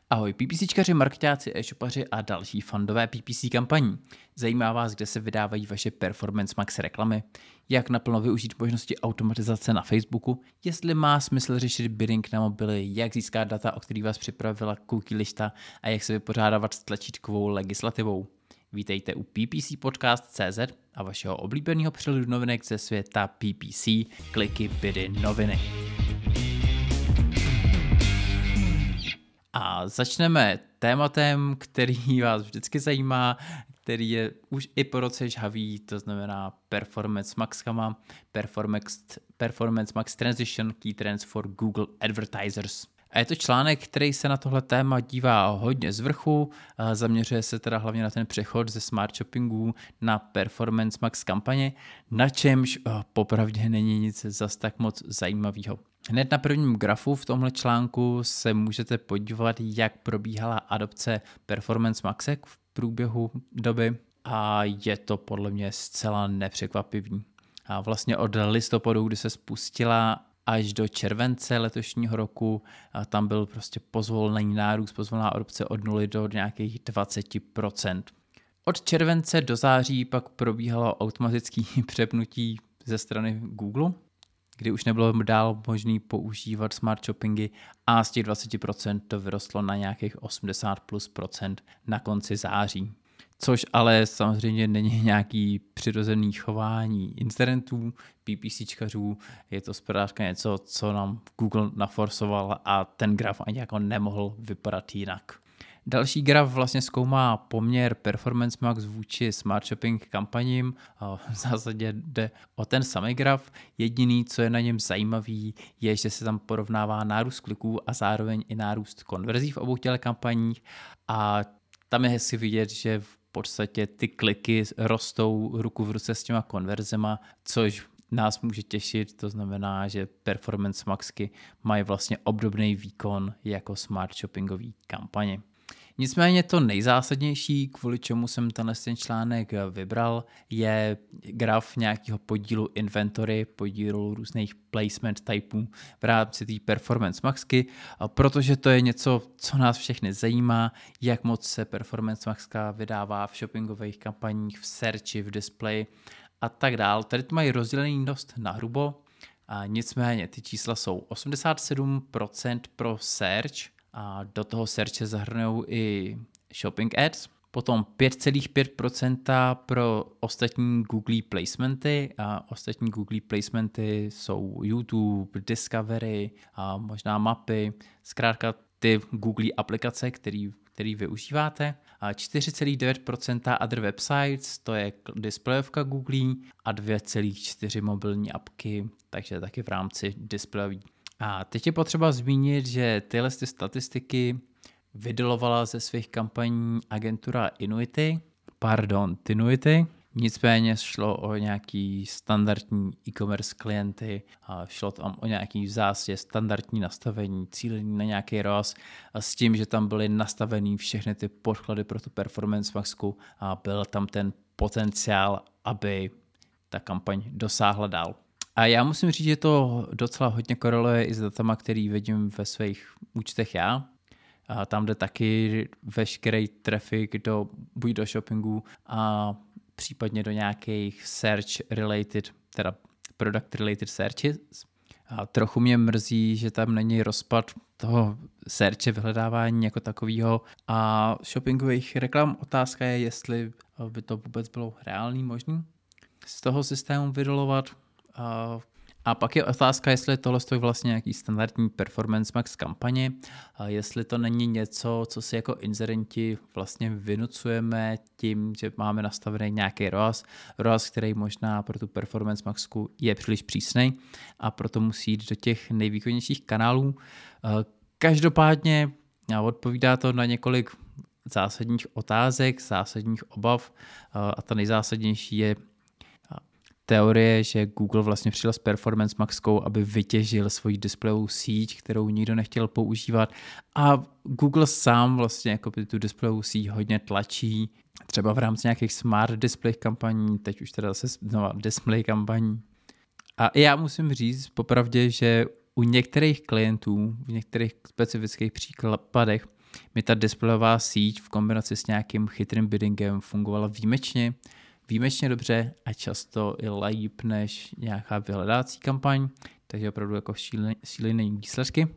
Ahoj PPCčkaři, marketáci, e-shopaři a další fandové PPC kampaní. Zajímá vás, kde se vydávají vaše Performance Max reklamy, jak naplno využít možnosti automatizace na Facebooku, jestli má smysl řešit bidding na mobily, jak získat data, o který vás připravila cookie lista a jak se vypořádávat s tlačítkovou legislativou. Vítejte u PPC Podcast.cz a vašeho oblíbeného přehledu novinek ze světa PPC, kliky, bidy, noviny. A začneme tématem, který vás vždycky zajímá, který je už i po roce žhavý, to znamená Performance Maxkama, Performance Max Transition Key Trends for Google Advertisers. A je to článek, který se na tohle téma dívá hodně z vrchu, zaměřuje se teda hlavně na ten přechod ze smart shoppingu na Performance Max kampaně, na čemž popravdě není nic zas tak moc zajímavého. Hned na prvním grafu v tomhle článku se můžete podívat, jak probíhala adopce Performance Maxek v průběhu doby a je to podle mě zcela nepřekvapivý. A vlastně od listopadu, kdy se spustila, až do července letošního roku, a tam byl prostě pozvolný nárůst, pozvolná adopce od 0 do nějakých 20%. Od července do září pak probíhalo automatické přepnutí ze strany Google, kdy už nebylo dál možné používat smart shoppingy a z těch 20% to vyrostlo na nějakých 80+% na konci září. Což ale samozřejmě není nějaký přirozený chování incidentů, PPCčkařů, je to zkrátka něco, co nám Google naforsoval a ten graf ani jako nemohl vypadat jinak. Další graf vlastně zkoumá poměr Performance Max vůči Smart Shopping kampaním. V zásadě jde o ten samý graf. Jediný, co je na něm zajímavý, je, že se tam porovnává nárůst kliků a zároveň i nárůst konverzí v obou těchto kampaních. A tam je hezky vidět, že v podstatě ty kliky rostou ruku v ruce s těma konverzema, což nás může těšit, to znamená, že Performance Maxky mají vlastně obdobný výkon jako smart shoppingové kampaně. Nicméně to nejzásadnější, kvůli čemu jsem ten článek vybral, je graf nějakého podílu inventory, podílu různých placement typů v rámci té Performance Maxky, protože to je něco, co nás všechny zajímá, jak moc se Performance Maxka vydává v shoppingových kampaních, v searchi, v displeji a tak dál. Tady to mají rozdělený dost nahrubo, a nicméně ty čísla jsou 87% pro search, a do toho searche zahrnou i shopping ads, potom 5,5% pro ostatní Google placementy a ostatní Google placementy jsou YouTube, Discovery a možná mapy, zkrátka ty Google aplikace, který využíváte. A 4,9% other websites, to je displejovka Google a 2,4% mobilní apky, takže taky v rámci displejový. A teď je potřeba zmínit, že tyhle statistiky vydolovala ze svých kampaní agentura Tinuity. Nicméně šlo o nějaký standardní e-commerce klienty a šlo tam o nějaký v zásadě standardní nastavení, cílení na nějaký ROAS a s tím, že tam byly nastavený všechny ty podklady pro tu Performance Maxku a byl tam ten potenciál, aby ta kampaň dosáhla dál. A já musím říct, že to docela hodně koreluje i s datama, který vidím ve svých účtech já. A tam jde taky veškerý traffic buď do shoppingu a případně do nějakých search related, teda product related searches. A trochu mě mrzí, že tam není rozpad toho searche, vyhledávání jako takového a shoppingových reklam. Otázka je, jestli by to vůbec bylo reálný možný z toho systému vydolovat. A pak je otázka, jestli tohle stojí vlastně nějaký standardní Performance Max kampaně, jestli to není něco, co si jako inzerenti vlastně vynucujeme tím, že máme nastavený nějaký ROAS, který možná pro tu Performance Maxku je příliš přísnej a proto musí jít do těch nejvýkonnějších kanálů. Každopádně odpovídá to na několik zásadních otázek, zásadních obav a ta nejzásadnější je teorie, že Google vlastně přišel s Performance Maxkou, aby vytěžil svoji displejovou síť, kterou nikdo nechtěl používat a Google sám vlastně jako tu displejovou síť hodně tlačí, třeba v rámci nějakých smart display kampaní, teď už teda zase znova display kampaní. A já musím říct popravdě, že u některých klientů, v některých specifických případech mi ta displejová síť v kombinaci s nějakým chytrým biddingem fungovala výjimečně dobře a často i líp než nějaká vyhledávací kampaň, takže opravdu jako šílený výsledky.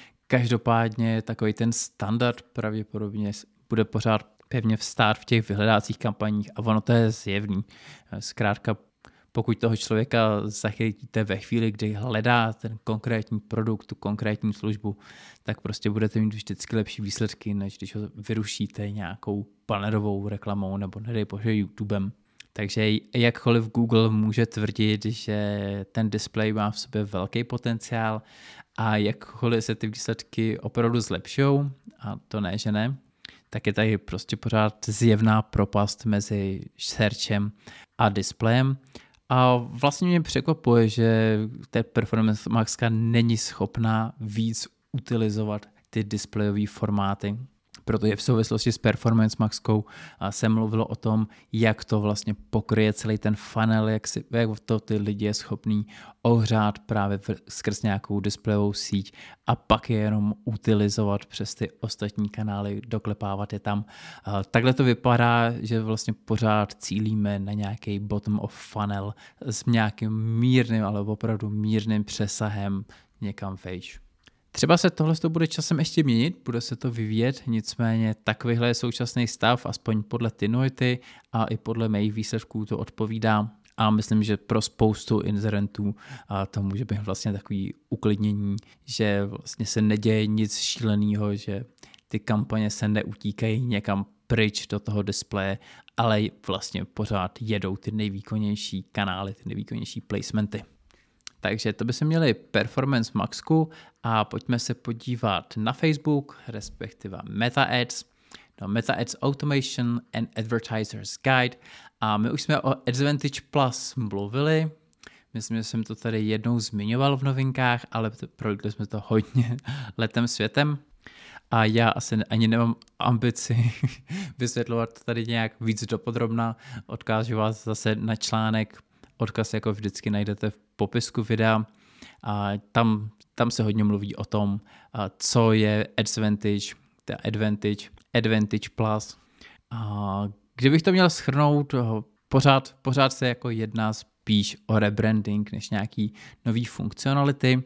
Každopádně takový ten standard pravděpodobně bude pořád pevně vstát v těch vyhledávacích kampaních a ono to je zjevný. Zkrátka, pokud toho člověka zachytíte ve chvíli, kdy hledá ten konkrétní produkt, tu konkrétní službu, tak prostě budete mít vždycky lepší výsledky, než když ho vyrušíte nějakou bannerovou reklamou nebo nedej bože YouTubem. Takže jakkoliv Google může tvrdit, že ten displej má v sobě velký potenciál a jakkoliv se ty výsledky opravdu zlepšou, a to ne, že ne, tak je tady prostě pořád zjevná propast mezi searchem a displejem. A vlastně mě překvapuje, že ta Performance Maxka není schopná víc utilizovat ty displejové formáty. Protože v souvislosti s Performance Maxkou se mluvilo o tom, jak to vlastně pokryje celý ten funnel, jak to ty lidi je schopný ohřát právě skrz nějakou displejovou síť a pak je jenom utilizovat přes ty ostatní kanály, doklepávat je tam. Takhle to vypadá, že vlastně pořád cílíme na nějaký bottom of funnel s nějakým mírným, ale opravdu mírným přesahem někam vejš. Třeba se tohle bude časem ještě měnit, bude se to vyvíjet, nicméně takovýhle je současný stav, aspoň podle Tinuity a i podle mých výsledků to odpovídá a myslím, že pro spoustu inzerentů to může být vlastně takový uklidnění, že vlastně se neděje nic šíleného, že ty kampaně se neutíkají někam pryč do toho displeje, ale vlastně pořád jedou ty nejvýkonnější kanály, ty nejvýkonnější placementy. Takže to by se měli Performance Maxku a pojďme se podívat na Facebook, respektive Meta Ads, Meta Ads Automation and Advertisers Guide a my už jsme o Advantage Plus mluvili, myslím, že jsem to tady jednou zmiňoval v novinkách, ale prolikli jsme to hodně letem světem a já asi ani nemám ambici vysvětlovat to tady nějak víc dopodrobna, odkážu vás zase na článek, odkaz jako vždycky najdete v popisku videa a tam se hodně mluví o tom, co je Advantage Plus. A kdybych to měl shrnout, pořád se jako jedná spíš o rebranding než nějaký nový funkcionality.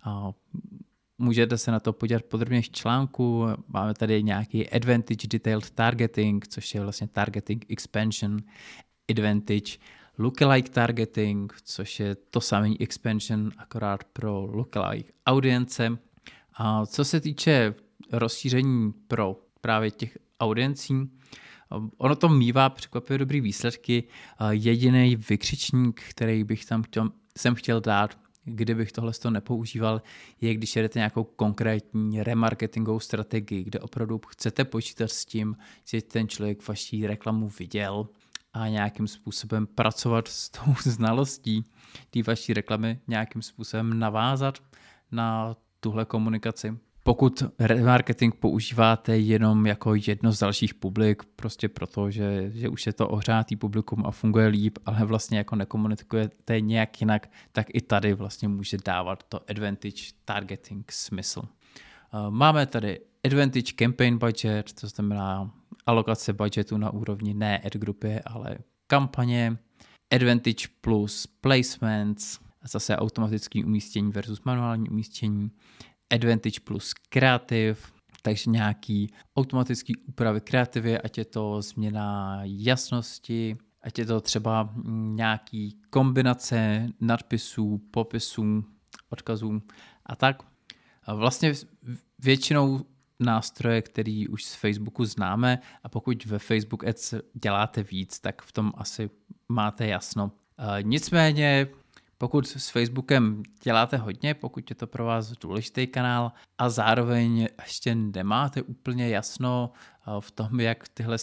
Můžete se na to podívat podrobně v článku. Máme tady nějaký Advantage Detailed Targeting, což je vlastně Targeting Expansion, Advantage Lookalike Targeting, což je to samý expansion, akorát pro lookalike audience. A co se týče rozšíření pro právě těch audiencí, ono to mívá překvapivě dobrý výsledky. Jediný vykřičník, který bych jsem chtěl dát, kdybych tohle nepoužíval, je když jedete nějakou konkrétní remarketingovou strategii, kde opravdu chcete počítat s tím, že ten člověk vaší reklamu viděl a nějakým způsobem pracovat s tou znalostí té vaší reklamy, nějakým způsobem navázat na tuhle komunikaci. Pokud remarketing používáte jenom jako jedno z dalších publik, prostě proto, že už je to ohřátý publikum a funguje líp, ale vlastně jako nekomunikujete nějak jinak, tak i tady vlastně může dávat to Advantage Targeting smysl. Máme tady Advantage Campaign Budget, to znamená alokace budgetu na úrovni ne ad grupy, ale kampaně, Advantage plus placements, zase automatické umístění versus manuální umístění, Advantage plus kreativ, takže nějaký automatický úpravy kreativy, ať je to změna jasnosti, ať je to třeba nějaký kombinace nadpisů, popisů, odkazů a tak. A vlastně většinou nástroje, který už z Facebooku známe a pokud ve Facebook Ads děláte víc, tak v tom asi máte jasno. Nicméně, pokud s Facebookem děláte hodně, pokud je to pro vás důležitý kanál a zároveň ještě nemáte úplně jasno v tom, jak tyhle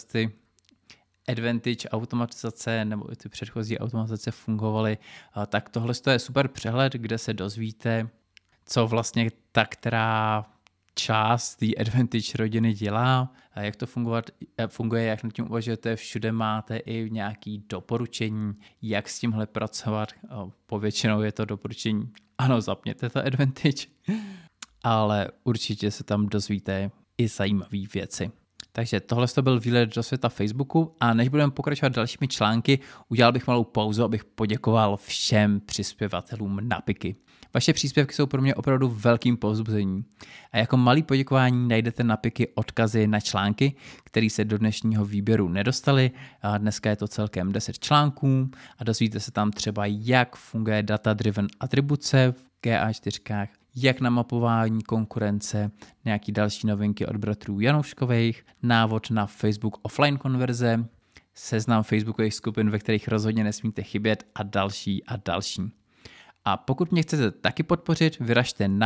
Advantage automatizace nebo i ty předchozí automatizace fungovaly, tak tohle je super přehled, kde se dozvíte, co vlastně ta, která část té Advantage rodiny dělá, a jak to funguje, jak nad tím uvažujete, všude máte i nějaké doporučení, jak s tímhle pracovat. Povětšinou je to doporučení, ano, zapněte to Advantage, ale určitě se tam dozvíte i zajímavé věci. Takže tohle to byl výlet do světa Facebooku a než budeme pokračovat dalšími články, udělal bych malou pauzu, abych poděkoval všem přispěvatelům na Piky. Vaše příspěvky jsou pro mě opravdu velkým povzbuzením. A jako malý poděkování najdete na Piky odkazy na články, které se do dnešního výběru nedostaly. A dneska je to celkem 10 článků a dozvíte se tam třeba, jak funguje data-driven atribuce v GA4, jak na mapování konkurence, nějaký další novinky od bratrů Janouškových, návod na Facebook offline konverze, seznam Facebookových skupin, ve kterých rozhodně nesmíte chybět a další a další. A pokud mě chcete taky podpořit, vyražte na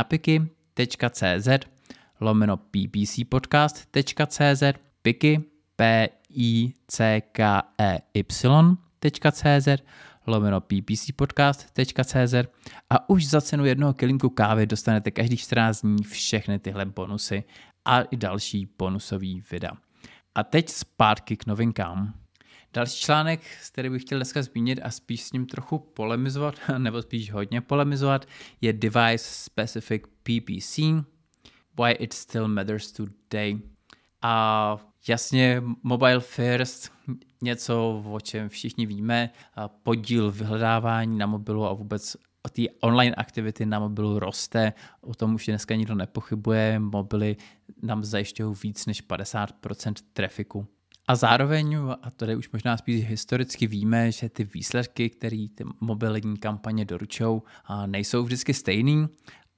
piky.cz/ppcpodcast.cz piky pickey.cz/ppcpodcast.cz a už za cenu jednoho kilínku kávy dostanete každých 14 dní všechny tyhle bonusy a i další bonusové videa. A teď zpátky k novinkám. Další článek, který bych chtěl dneska zmínit a spíš s ním trochu polemizovat, nebo spíš hodně polemizovat, je Device Specific PPC, Why It Still Matters Today. A jasně, mobile first, něco, o čem všichni víme, podíl vyhledávání na mobilu a vůbec ty online aktivity na mobilu roste, o tom už dneska nikdo nepochybuje, mobily nám zajišťují víc než 50% trafiku. A zároveň, a tady už možná spíš historicky víme, že ty výsledky, které ty mobilní kampaně doručují, nejsou vždycky stejný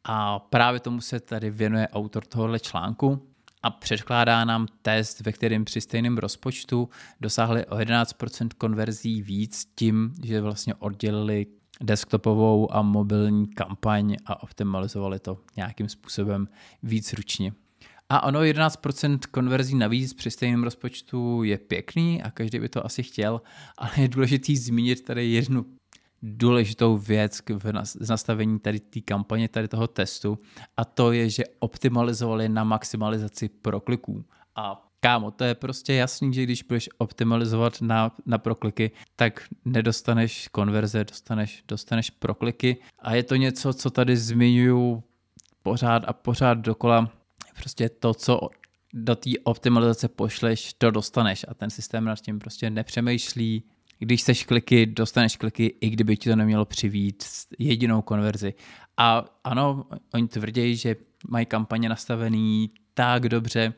a právě tomu se tady věnuje autor tohohle článku a předkládá nám test, ve kterém při stejném rozpočtu dosáhli o 11% konverzí víc tím, že vlastně oddělili desktopovou a mobilní kampaň a optimalizovali to nějakým způsobem víc ručně. A ono 11% konverzí navíc při stejném rozpočtu je pěkný a každý by to asi chtěl, ale je důležitý zmínit tady jednu důležitou věc v nastavení tady té kampaně, tady toho testu a to je, že optimalizovali na maximalizaci prokliků. A kámo, to je prostě jasný, že když budeš optimalizovat na prokliky, tak nedostaneš konverze, dostaneš prokliky a je to něco, co tady zmiňuju pořád a pořád dokola. Prostě to, co do té optimalizace pošleš, to dostaneš a ten systém nad tím prostě nepřemýšlí. Když seš kliky, dostaneš kliky, i kdyby ti to nemělo přivít jedinou konverzi. A ano, oni tvrdí, že mají kampaně nastavený tak dobře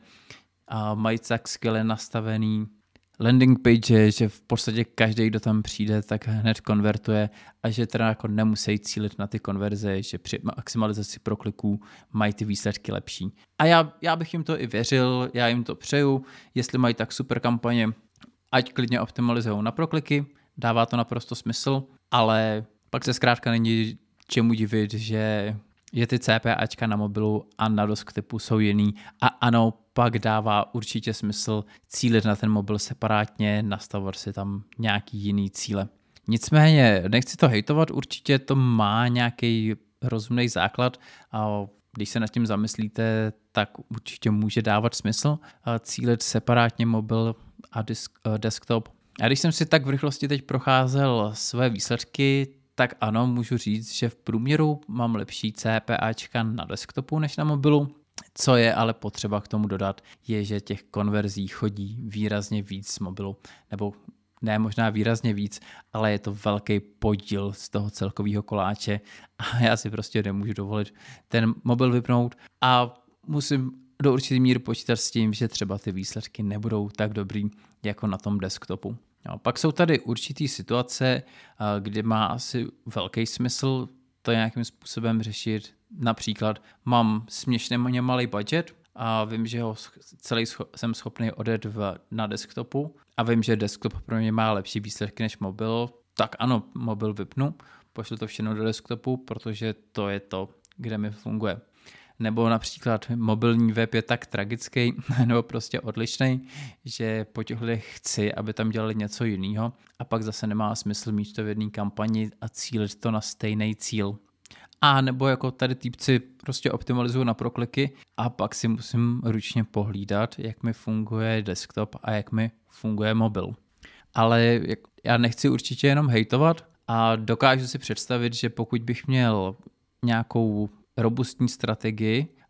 a mají tak skvěle nastavený landing page, že v podstatě každý, kdo tam přijde, tak hned konvertuje a že teda jako nemusí cílit na ty konverze, že při maximalizaci prokliků mají ty výsledky lepší. A já bych jim to i věřil, já jim to přeju, jestli mají tak super kampaně, ať klidně optimalizují na prokliky, dává to naprosto smysl, ale pak se zkrátka není čemu divit, že ty CPAčka na mobilu a na desktopu jsou jiný a ano, pak dává určitě smysl cílit na ten mobil separátně, nastavovat si tam nějaký jiný cíle. Nicméně, nechci to hejtovat, určitě to má nějaký rozumný základ a když se nad tím zamyslíte, tak určitě může dávat smysl cílit separátně mobil a desktop. A když jsem si tak v rychlosti teď procházel své výsledky, tak ano, můžu říct, že v průměru mám lepší CPAčka na desktopu než na mobilu. Co je ale potřeba k tomu dodat, je, že těch konverzí chodí výrazně víc z mobilu, nebo ne možná výrazně víc, ale je to velký podíl z toho celkového koláče a já si prostě nemůžu dovolit ten mobil vypnout a musím do určitý míry počítat s tím, že třeba ty výsledky nebudou tak dobrý jako na tom desktopu. No, pak jsou tady určitý situace, kde má asi velký smysl to nějakým způsobem řešit. Například mám směšně malý budget a vím, že ho celý jsem schopný odjet na desktopu a vím, že desktop pro mě má lepší výsledky než mobil, tak ano, mobil vypnu, pošlu to všechno do desktopu, protože to je to, kde mi funguje. Nebo například mobilní web je tak tragický nebo prostě odlišný, že po těch lidech chci, aby tam dělali něco jiného a pak zase nemá smysl mít to v jedné kampani a cílit to na stejný cíl. A nebo jako tady týpci prostě optimalizují na prokliky a pak si musím ručně pohlídat, jak mi funguje desktop a jak mi funguje mobil. Ale já nechci určitě jenom hejtovat a dokážu si představit, že pokud bych měl nějakou robustní strategii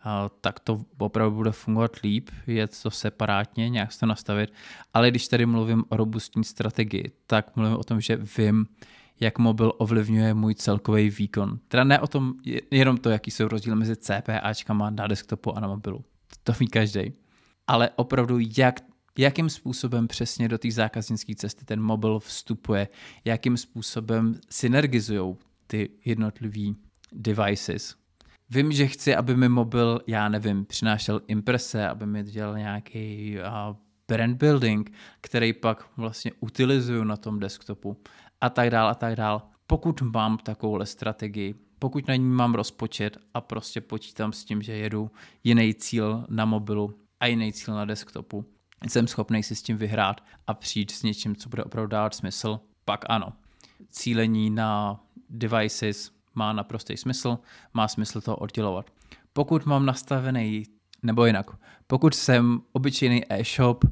tak to opravdu bude fungovat líp, je to separátně, nějak se to nastavit. Ale když tady mluvím o robustní strategii, tak mluvím o tom, že vím, jak mobil ovlivňuje můj celkový výkon. Teda ne o tom, jenom to, jaký jsou rozdíly mezi CPAčkama na desktopu a na mobilu. To ví každý. Ale opravdu, jakým způsobem přesně do té zákaznické cesty ten mobil vstupuje, jakým způsobem synergizují ty jednotlivý devices. Vím, že chci, aby mi mobil, přinášel imprese, aby mi dělal nějaký brand building, který pak vlastně utilizuju na tom desktopu a tak dál. Pokud mám takovouhle strategii, pokud na ní mám rozpočet a prostě počítám s tím, že jedu jiný cíl na mobilu a jiný cíl na desktopu, jsem schopný si s tím vyhrát a přijít s něčím, co bude opravdu dávat smysl, pak ano. Cílení na devices má naprostý smysl, má smysl to oddělovat. Pokud mám nastavený, nebo jinak, pokud jsem obyčejný e-shop,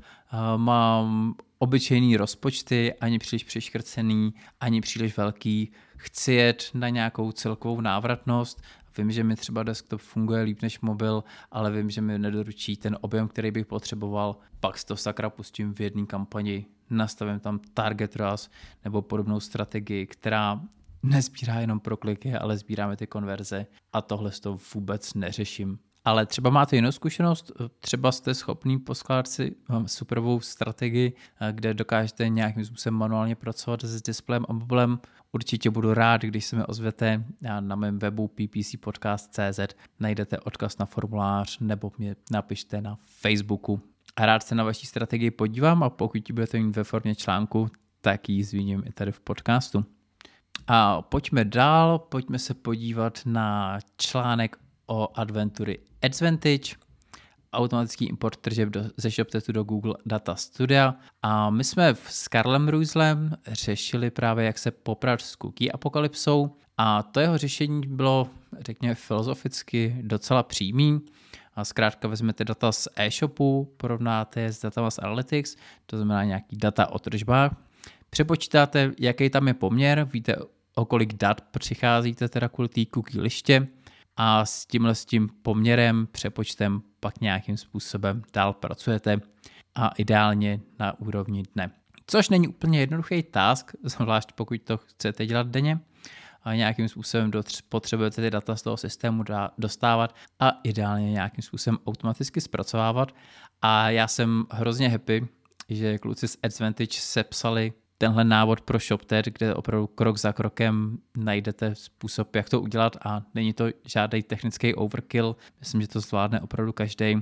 mám obyčejný rozpočty, ani příliš přiškrcený, ani příliš velký, chci jet na nějakou celkovou návratnost, vím, že mi třeba desktop funguje líp než mobil, ale vím, že mi nedoručí ten objem, který bych potřeboval, pak si to sakra pustím v jedné kampani, nastavím tam target ROAS nebo podobnou strategii, která nezbírá jenom pro kliky, ale sbíráme ty konverze a tohle to vůbec neřeším. Ale třeba máte jinou zkušenost, třeba jste schopný poskládat si superovou strategii, kde dokážete nějakým způsobem manuálně pracovat s displejem a mobilem. Určitě budu rád, když se mi ozvete na mém webu ppcpodcast.cz, najdete odkaz na formulář nebo mě napište na Facebooku. A rád se na vaší strategii podívám a pokud ji budete mít ve formě článku, tak ji zmíním i tady v podcastu. A pojďme dál, pojďme se podívat na článek o adventury Advantage, automatický import tržeb ze ShopTetu do Google Data Studia. A my jsme s Karlem Ruislem řešili právě, jak se poprat s cookie apokalypsou a to jeho řešení bylo, řekněme, filozoficky docela přímý. A zkrátka vezmete data z e-shopu, porovnáte je s datama z Analytics, to znamená nějaký data o tržbách, přepočítáte, jaký tam je poměr, víte, o kolik dat přicházíte teda kvůli té cookie liště a s tím poměrem, přepočtem pak nějakým způsobem dál pracujete a ideálně na úrovni dne. Což není úplně jednoduchý task, zvlášť pokud to chcete dělat denně. A nějakým způsobem potřebujete ty data z toho systému dostávat a ideálně nějakým způsobem automaticky zpracovávat. A já jsem hrozně happy, že kluci z Advantage sepsali tenhle návod pro ShopTet, kde opravdu krok za krokem najdete způsob, jak to udělat a není to žádný technický overkill. Myslím, že to zvládne opravdu každý.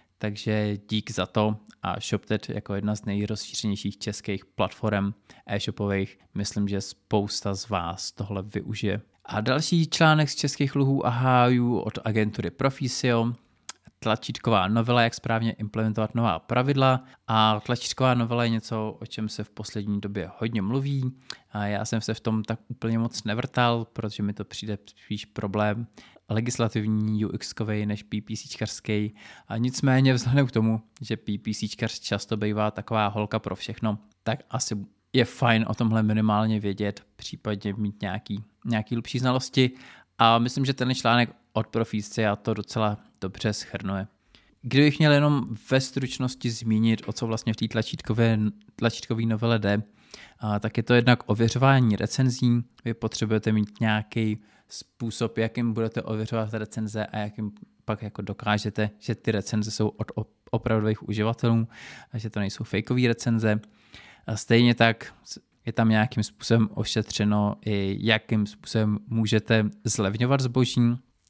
Takže dík za to a ShopTet jako jedna z nejrozšířenějších českých platform e-shopových, myslím, že spousta z vás tohle využije. A další článek z českých luhů a hájů od agentury Profisio, tlačítková novela, jak správně implementovat nová pravidla a tlačítková novela je něco, o čem se v poslední době hodně mluví a já jsem se v tom tak úplně moc nevrtal, protože mi to přijde spíš problém legislativní UX-kovej než PPCčkarský a nicméně vzhledem k tomu, že PPCčkař často bývá taková holka pro všechno, tak asi je fajn o tomhle minimálně vědět, případně mít nějaký lepší znalosti a myslím, že ten článek od Profícia to docela dobře shrnuje. Kdybych měl jenom ve stručnosti zmínit, o co vlastně v té tlačítkové novele jde, tak je to jednak ověřování recenzí. Vy potřebujete mít nějaký způsob, jakým budete ověřovat recenze a jakým pak jako dokážete, že ty recenze jsou od opravdových uživatelů a že to nejsou fakeové recenze. A stejně tak je tam nějakým způsobem ošetřeno i jakým způsobem můžete zlevňovat zboží,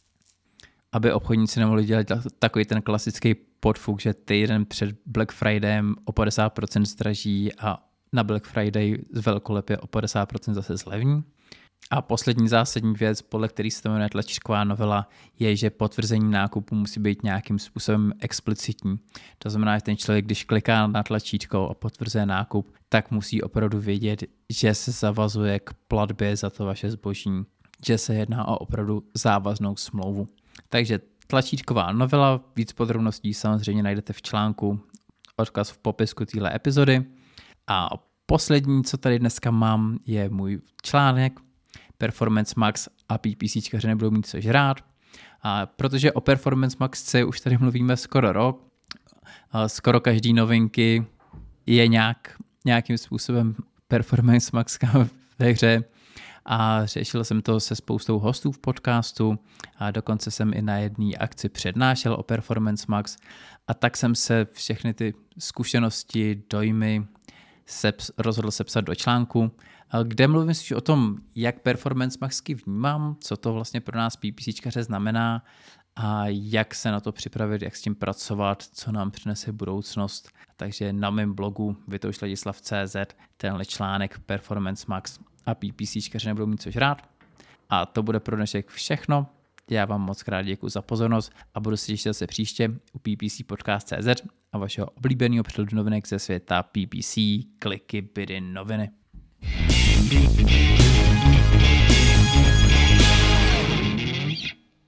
aby obchodníci nemohli dělat takový ten klasický podfuk, že týden před Black Fridayem o 50% zdraží a na Black Friday z velkolepě o 50% zase zlevní. A poslední zásadní věc, podle který se to jmenuje tlačítková novela, je, že potvrzení nákupu musí být nějakým způsobem explicitní. To znamená, že ten člověk, když kliká na tlačítko a potvrzuje nákup, tak musí opravdu vědět, že se zavazuje k platbě za to vaše zboží, že se jedná o opravdu závaznou smlouvu. Takže tlačítková novela, víc podrobností samozřejmě najdete v článku, odkaz v popisku téhle epizody. A poslední, co tady dneska mám, je můj článek Performance Max a PPCčkaři nebudou mít co žrát. A protože o Performance Max C už tady mluvíme skoro rok, skoro každý novinky je nějakým způsobem Performance Max ve hře a řešil jsem to se spoustou hostů v podcastu a dokonce jsem i na jedné akci přednášel o Performance Max a tak jsem se všechny ty zkušenosti, dojmy rozhodl sepsat do článku, kde mluvím si o tom, jak Performance Maxky vnímám, co to vlastně pro nás PPCčkaře znamená a jak se na to připravit, jak s tím pracovat, co nám přinese budoucnost. Takže na mém blogu vitoušladislav.cz tenhle článek Performance Max a PPCčkaři nebudou mít což rád. A to bude pro dnešek všechno. Já vám moc krát děkuji za pozornost a budu se těšit zase příště u PPC Podcast.cz a vašeho oblíbeného přehledu novinek ze světa PPC, kliky, bydy, noviny.